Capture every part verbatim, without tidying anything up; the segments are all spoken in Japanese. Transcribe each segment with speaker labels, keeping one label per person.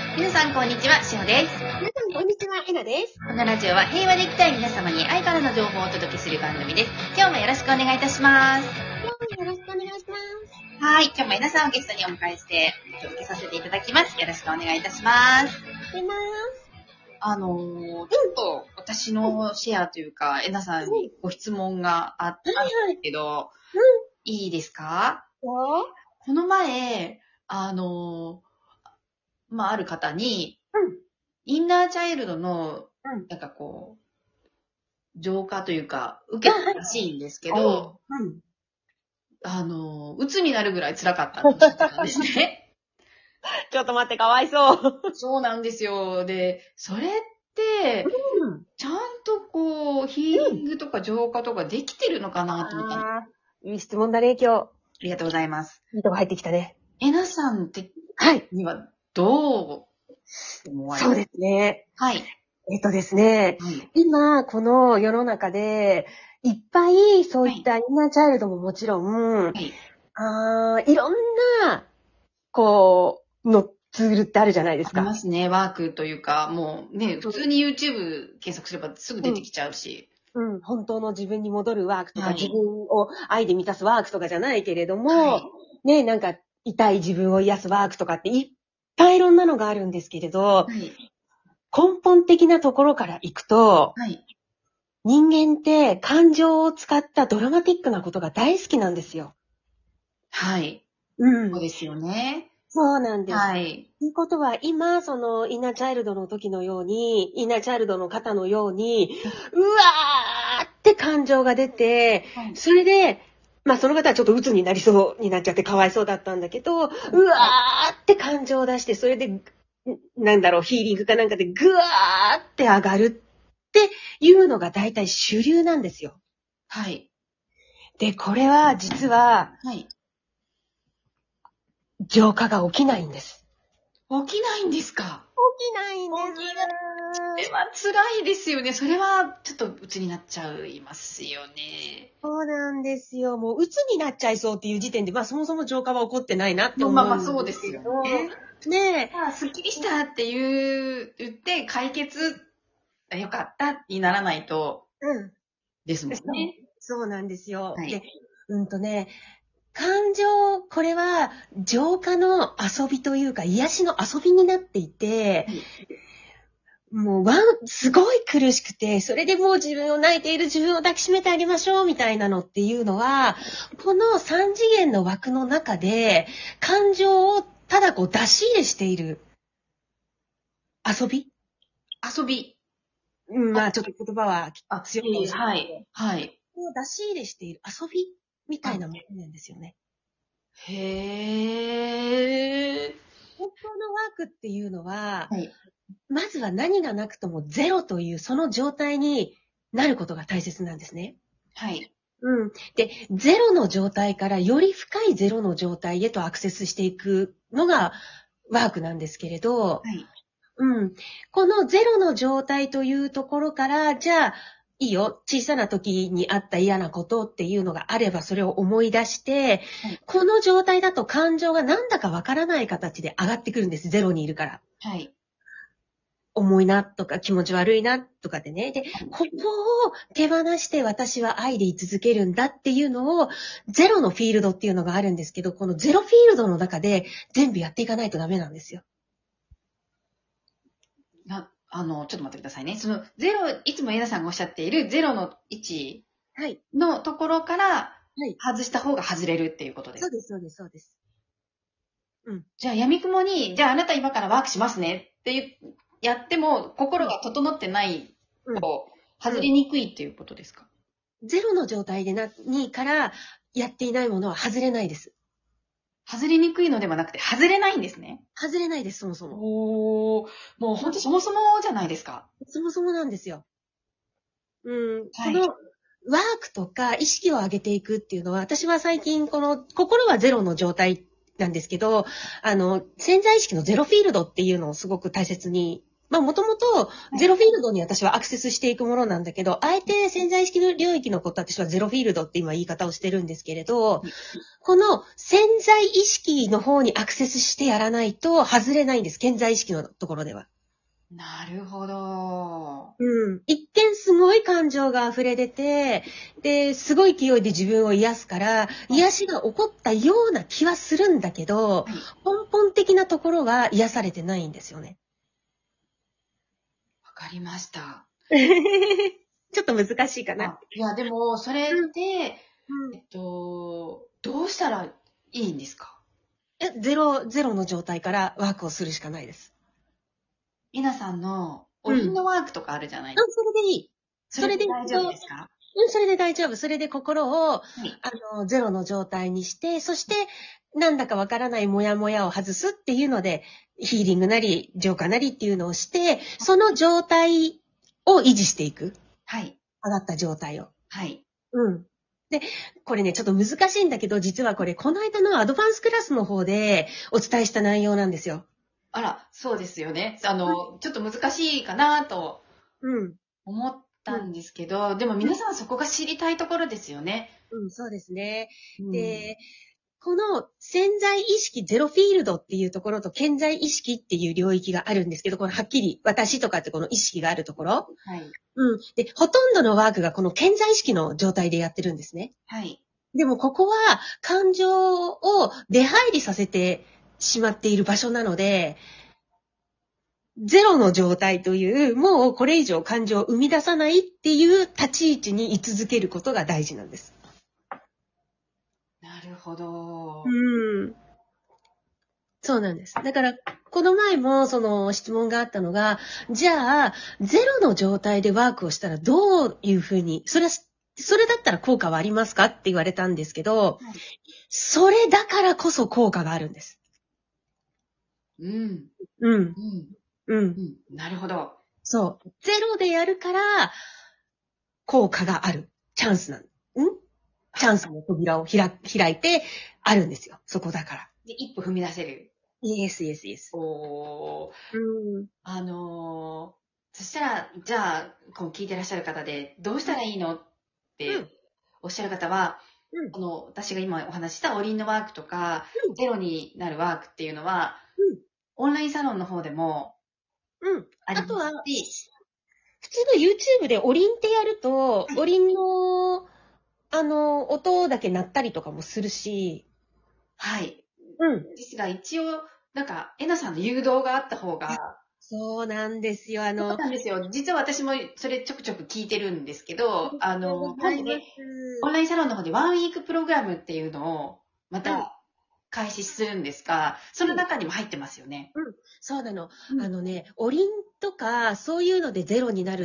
Speaker 1: 皆さんこんにちは、しほです。
Speaker 2: 皆さんこんにちは、えなです。
Speaker 1: このラジオは平和で生きたい皆様に愛からの情報をお届けする番組です。今日もよろしくお願いいたします。
Speaker 2: 今日もよろしくお願いします。
Speaker 1: はい、今日も皆さんをゲストにお迎えしてお届けさせていただきます。よろしくお願いいたします。
Speaker 2: 出ます。
Speaker 1: あのー、ちょっと私のシェアというか、えなさんにご質問があったんですけど、いいですか？
Speaker 2: よ
Speaker 1: この前、あのー、まあ、ある方に、
Speaker 2: うん
Speaker 1: インナーチャイルドの、
Speaker 2: うん
Speaker 1: なんかこう、浄化というか、受けたらしいんですけど、
Speaker 2: うん。
Speaker 1: あの、鬱になるぐらい辛かったっておっしゃってたんですね。
Speaker 2: ちょっと待って、かわいそう。
Speaker 1: そうなんですよ。で、それって、
Speaker 2: うん。
Speaker 1: ちゃんとこう、ヒーリングとか浄化とかできてるのかなと思ったの。あ
Speaker 2: あーいい質問だね、今
Speaker 1: りがとうございます。
Speaker 2: 日。いいとこ入ってきたね。
Speaker 1: えなさん的
Speaker 2: はい。
Speaker 1: にはどう思われます？
Speaker 2: そうですね。
Speaker 1: はい。
Speaker 2: えっとですね、
Speaker 1: はい。
Speaker 2: 今、この世の中で、いっぱいそういったインナーチャイルドももちろん、
Speaker 1: はい。
Speaker 2: あーいろんな、こう、のツールってあるじゃないです
Speaker 1: あり
Speaker 2: か。
Speaker 1: ますね。ワークというか、もうね、普通に YouTube 検索すればすぐ出てきちゃうし。
Speaker 2: うん、本当の自分に戻るワークとか、
Speaker 1: はい
Speaker 2: 自分を愛で満たすワークとかじゃないけれども、
Speaker 1: はい
Speaker 2: ね、なんか痛い自分を癒すワークとかっていっぱいいろんなのがあるんですけれど、
Speaker 1: はい。
Speaker 2: 根本的なところからいくと、
Speaker 1: はい。
Speaker 2: 人間って感情を使ったドラマティックなことが大好きなんですよ。
Speaker 1: はい。
Speaker 2: うん
Speaker 1: そうですよね。
Speaker 2: そうなんです。
Speaker 1: はい。
Speaker 2: ということは、今、その、インナーチャイルドの時のように、インナーチャイルドの方のように、うわーって感情が出て、
Speaker 1: はい
Speaker 2: それで、まあその方はちょっと鬱になりそうになっちゃってかわいそうだったんだけど、うわーって感情を出して、それで、んなんだろう、ヒーリングかなんかでぐわーって上がるっていうのが大体主流なんですよ。
Speaker 1: はい。
Speaker 2: で、これは実は
Speaker 1: はい。
Speaker 2: 浄化が起きないんです。
Speaker 1: 起きないんですか？
Speaker 2: 起きないん
Speaker 1: 起きそれは辛いですよね。それはちょっと鬱になっちゃいますよね。
Speaker 2: そうなんですよ。もう鬱になっちゃいそうっていう時点で、まあそもそも浄化は起こってないなって思うん
Speaker 1: まあまあそうですよね。
Speaker 2: ねえ。
Speaker 1: まあ、すっきりしたっていう、言って解決、よかったにならないと、
Speaker 2: うん。
Speaker 1: ですもんね。
Speaker 2: そうなんですよ。
Speaker 1: はい
Speaker 2: で、うんとね、感情、これは浄化の遊びというか癒しの遊びになっていて、
Speaker 1: はい
Speaker 2: もうわん、すごい苦しくて、それでもう自分を泣いている自分を抱きしめてあげましょうみたいなのっていうのは、この三次元の枠の中で、感情をただこう出し入れしている遊び
Speaker 1: 遊び。
Speaker 2: うん、まあちょっと言葉は
Speaker 1: あ、
Speaker 2: 強いかもしれ
Speaker 1: は
Speaker 2: ないけど。
Speaker 1: い。はい。
Speaker 2: を出し入れしている遊びみたいなものなんですよね。
Speaker 1: へー。
Speaker 2: 本当のワークっていうのは、
Speaker 1: はい。
Speaker 2: まずは何がなくともゼロというその状態になることが大切なんですね。
Speaker 1: はい。
Speaker 2: うん。で、ゼロの状態からより深いゼロの状態へとアクセスしていくのがワークなんですけれど、
Speaker 1: はい。
Speaker 2: うん。このゼロの状態というところから、じゃあ、いいよ。小さな時にあった嫌なことっていうのがあれば、それを思い出して、
Speaker 1: はい
Speaker 2: この状態だと感情がなんだかわからない形で上がってくるんです。ゼロにいるから。
Speaker 1: はい。
Speaker 2: 重いなとか気持ち悪いなとかでね。で、ここを手放して私は愛で居続けるんだっていうのを、ゼロのフィールドっていうのがあるんですけど、このゼロフィールドの中で全部やっていかないとダメなんですよ。
Speaker 1: な、あの、ちょっと待ってくださいね。その、ゼロ、いつもエナさんがおっしゃっているゼロの位置
Speaker 2: はい。
Speaker 1: のところから、
Speaker 2: はい。
Speaker 1: 外した方が外れるっていうことです。
Speaker 2: そうです、そうです、そうです。
Speaker 1: じゃあ、闇雲に、じゃああなた今からワークしますねって言うやっても、心が整ってないと、外れにくいっていうことですか？
Speaker 2: ゼロの状態でな、にからやっていないものは外れないです。
Speaker 1: 外れにくいのではなくて、外れないんですね。
Speaker 2: 外れないです、そもそも。
Speaker 1: おー、もうほんとそもそもじゃないですか。
Speaker 2: そもそもなんですよ。うん。
Speaker 1: はい
Speaker 2: このワークとか意識を上げていくっていうのは、私は最近この心はゼロの状態なんですけど、あの、潜在意識のゼロフィールドっていうのをすごく大切にまあもともとゼロフィールドに私はアクセスしていくものなんだけど、あえて潜在意識の領域のこと私はゼロフィールドって今言い方をしてるんですけれど、この潜在意識の方にアクセスしてやらないと外れないんです。潜在意識のところでは。
Speaker 1: なるほど。
Speaker 2: うん。一見すごい感情が溢れ出て、で、すごい勢いで自分を癒すから、癒しが起こったような気はするんだけど、
Speaker 1: はい。
Speaker 2: 根本的なところは癒されてないんですよね。
Speaker 1: わかりました。
Speaker 2: ちょっと難しいかな。
Speaker 1: あいや、でも、それって、
Speaker 2: うん
Speaker 1: えっと、どうしたらいいんですか？
Speaker 2: えゼロ、ゼロの状態からワークをするしかないです。
Speaker 1: 皆さんのオリンドワークとかあるじゃないですか。
Speaker 2: うん、それでいい。
Speaker 1: それで大丈夫ですか？
Speaker 2: うん、それで大丈夫。それで心を、
Speaker 1: はい。
Speaker 2: あの、ゼロの状態にして、そして、なんだかわからないモヤモヤを外すっていうので、ヒーリングなり、浄化なりっていうのをして、その状態を維持していく。
Speaker 1: はい。
Speaker 2: 上がった状態を。
Speaker 1: はい。
Speaker 2: うん。で、これね、ちょっと難しいんだけど、実はこれ、この間のアドバンスクラスの方でお伝えした内容なんですよ。
Speaker 1: あら、そうですよね。あの、ちょっと難しいかなと
Speaker 2: うん。
Speaker 1: 思ったんですけど、でも皆さんそこが知りたいところですよね。
Speaker 2: うん、そうですね。
Speaker 1: うん、
Speaker 2: で、この潜在意識ゼロフィールドっていうところと潜在意識っていう領域があるんですけど、これはっきり私とかってこの意識があるところ。
Speaker 1: はい。
Speaker 2: うん。で、ほとんどのワークがこの潜在意識の状態でやってるんですね。
Speaker 1: はい。
Speaker 2: でもここは感情を出入りさせてしまっている場所なので、ゼロの状態という、もうこれ以上感情を生み出さないっていう立ち位置に居続けることが大事なんです。
Speaker 1: なるほど。
Speaker 2: うん。そうなんです。だから、この前もその質問があったのが、じゃあ、ゼロの状態でワークをしたらどういうふうに、それは、それだったら効果はありますかって言われたんですけど、
Speaker 1: はい。
Speaker 2: それだからこそ効果があるんです。
Speaker 1: うん。
Speaker 2: うん。
Speaker 1: うん。
Speaker 2: うん。
Speaker 1: うん。なるほど。
Speaker 2: そう。ゼロでやるから、効果がある。チャンスなん。んチャンスの扉を開開いて、あるんですよ。そこだから。
Speaker 1: で、一歩踏み出せる。
Speaker 2: イエス、イエス、イエス。
Speaker 1: おー。
Speaker 2: うん。
Speaker 1: あのー、そしたら、じゃあ、こう聞いてらっしゃる方で、どうしたらいいのって
Speaker 2: うん
Speaker 1: おっしゃる方は、
Speaker 2: うん
Speaker 1: あの、私が今お話ししたオリンのワークとか、
Speaker 2: うん
Speaker 1: ゼロになるワークっていうのは、
Speaker 2: うん
Speaker 1: オンラインサロンの方でも
Speaker 2: うん。
Speaker 1: ありま
Speaker 2: あとは、
Speaker 1: すし、
Speaker 2: 普通の YouTube でオリンってやると、オリンの、あの、音だけ鳴ったりとかもするし、
Speaker 1: はい。
Speaker 2: うん。
Speaker 1: ですが、一応、なんか、えなさんの誘導があった方が、
Speaker 2: そうなんですよ。あ
Speaker 1: そう
Speaker 2: の、
Speaker 1: なんですよ。実は私もそれちょくちょく聞いてるんですけど、あの、
Speaker 2: ございま
Speaker 1: 今度ね、オンラインサロンの方でワンウィークプログラムっていうのをま
Speaker 2: うん
Speaker 1: た開始するんですが、その中にも入ってますよね。
Speaker 2: そうなの。
Speaker 1: うん
Speaker 2: あのね、オリンとか、そういうのでゼロになるって、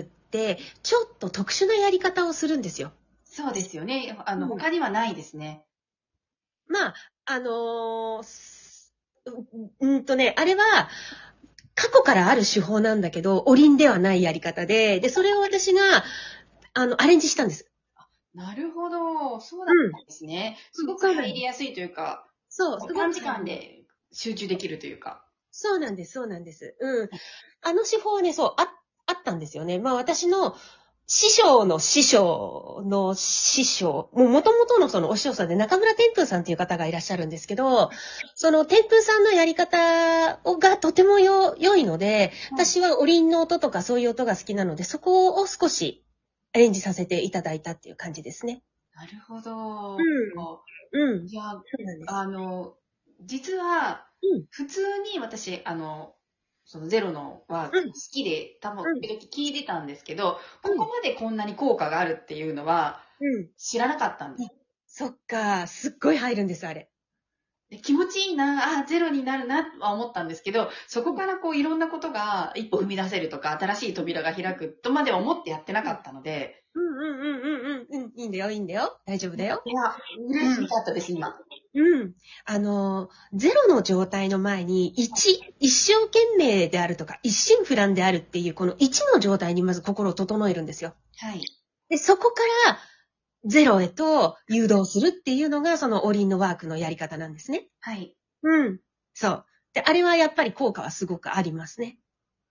Speaker 2: ちょっと特殊なやり方をするんですよ。
Speaker 1: そうですよね。あの、
Speaker 2: うん
Speaker 1: 他にはないですね。
Speaker 2: まあ、あのーすううんとね、あれは、過去からある手法なんだけど、オリンではないやり方で、で、それを私が、あの、アレンジしたんです。
Speaker 1: なるほど。そうだったんですね。すごく
Speaker 2: そうなんです。
Speaker 1: 入りやすいというか、
Speaker 2: そう、すごく
Speaker 1: 短時間で集中できるというか。
Speaker 2: そうなんです、そうなんです。うん。あの手法はね、そう、あ、あったんですよね。まあ私の師匠の師匠の師匠、もう元々のそのお師匠さんで中村天風さんっていう方がいらっしゃるんですけど、その天風さんのやり方をがとてもよ良いので、私はおりんの音とかそういう音が好きなので、そこを少しアレンジさせていただいたっていう感じですね。
Speaker 1: なるほど。
Speaker 2: うん。うん。
Speaker 1: いや、
Speaker 2: そうなんです。
Speaker 1: あの、実は、
Speaker 2: うん。
Speaker 1: 普通に私、あの、そのゼロのは
Speaker 2: うん
Speaker 1: 好きで、多分、
Speaker 2: うん
Speaker 1: 時々聞いてたんですけど、
Speaker 2: うん
Speaker 1: ここまでこんなに効果があるっていうのは
Speaker 2: うん。
Speaker 1: 知らなかったんです。
Speaker 2: そっか、すっごい入るんです、あれ。
Speaker 1: で気持ちいいな、あ、ゼロになるな、とは思ったんですけど、そこからこういろんなことが一歩踏み出せるとか、新しい扉が開くとまでは思ってやってなかったので、
Speaker 2: うんうんうんうんうんうん。いいんだよ、いいんだよ。大丈夫だよ。
Speaker 1: いや、嬉しかったです、今。
Speaker 2: うん。あの、ゼロの状態の前に、一、一生懸命であるとか、一心不乱であるっていう、この一の状態にまず心を整えるんですよ。
Speaker 1: はい。
Speaker 2: で、そこから、ゼロへと誘導するっていうのが、そのオリンのワークのやり方なんですね。
Speaker 1: はい。
Speaker 2: うん。そう。で、あれはやっぱり効果はすごくありますね。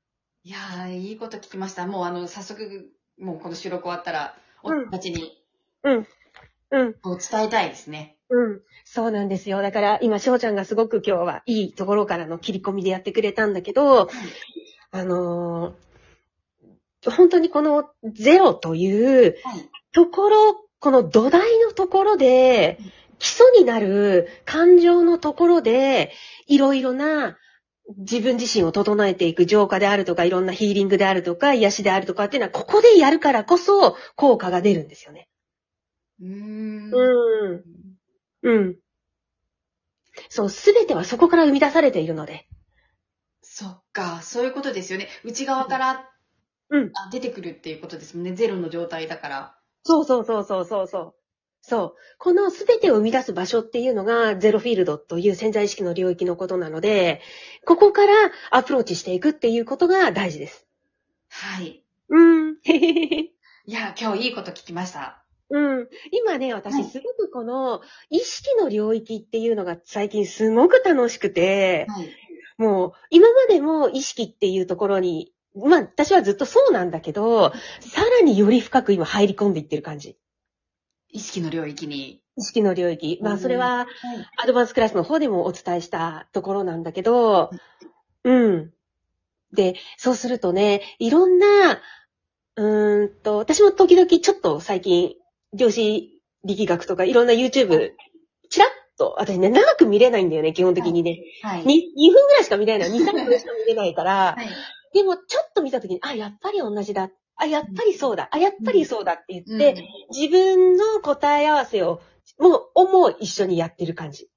Speaker 1: いやー、いいこと聞きました。もうあの、早速、もうこの収録終わったら、夫たちに、
Speaker 2: うん。うん。
Speaker 1: こう伝えたいですね。
Speaker 2: うん。そうなんですよ。だから今、翔ちゃんがすごく今日はいいところからの切り込みでやってくれたんだけど、あのー本当にこのゼロという
Speaker 1: はい。
Speaker 2: ところ、この土台のところで、基礎になる感情のところで、いろいろな自分自身を整えていく浄化であるとか、いろんなヒーリングであるとか、癒しであるとかっていうのは、ここでやるからこそ効果が出るんですよね。
Speaker 1: うーん。
Speaker 2: うん。うん。そう、すべてはそこから生み出されているので。
Speaker 1: そっか、そういうことですよね。内側から
Speaker 2: うん。
Speaker 1: あ出てくるっていうことですもんね。ゼロの状態だから。
Speaker 2: そうそうそうそうそうそう。そう。このすべてを生み出す場所っていうのがゼロフィールドという潜在意識の領域のことなので、ここからアプローチしていくっていうことが大事です。
Speaker 1: はい。
Speaker 2: うん。
Speaker 1: いや、今日いいこと聞きました。
Speaker 2: うん。今ね、
Speaker 1: はい。
Speaker 2: 私すごくこの意識の領域っていうのが最近すごく楽しくて、
Speaker 1: はい。
Speaker 2: もう今までも意識っていうところに、まあ私はずっとそうなんだけど、さらにより深く今入り込んでいってる感じ。
Speaker 1: 意識の領域に。
Speaker 2: 意識の領域。まあそれ
Speaker 1: は
Speaker 2: は
Speaker 1: い。
Speaker 2: アドバンスクラスの方でもお伝えしたところなんだけど、うん。で、そうするとね、いろんな、うーんと、私も時々ちょっと最近、量子力学とかいろんな YouTube、チラッと、私ね、長く見れないんだよね、基本的にね。
Speaker 1: はい。
Speaker 2: に、にふんぐらいしか見れない。に、さんぷんしか見れないから、
Speaker 1: はい。
Speaker 2: でもちょっと見たときに、あ、やっぱり同じだ。あ、やっぱりそうだ。あ、やっぱりそうだって言って、自分の答え合わせを、もう、をもう一緒にやってる感じ。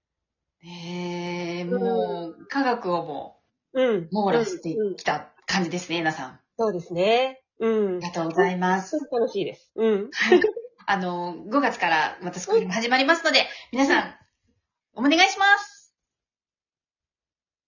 Speaker 1: へえ、
Speaker 2: うん。
Speaker 1: もう、科学をも
Speaker 2: うん。
Speaker 1: う、網
Speaker 2: うん。
Speaker 1: 羅して
Speaker 2: うん。
Speaker 1: きた感じですね、皆さん。あ
Speaker 2: そうですね。うん。
Speaker 1: りがとうござ
Speaker 2: 本
Speaker 1: います。
Speaker 2: 当に楽しいです。うん。
Speaker 1: はい。あの、ごがつからまたスクールも始まりますので、皆さん、お願いします。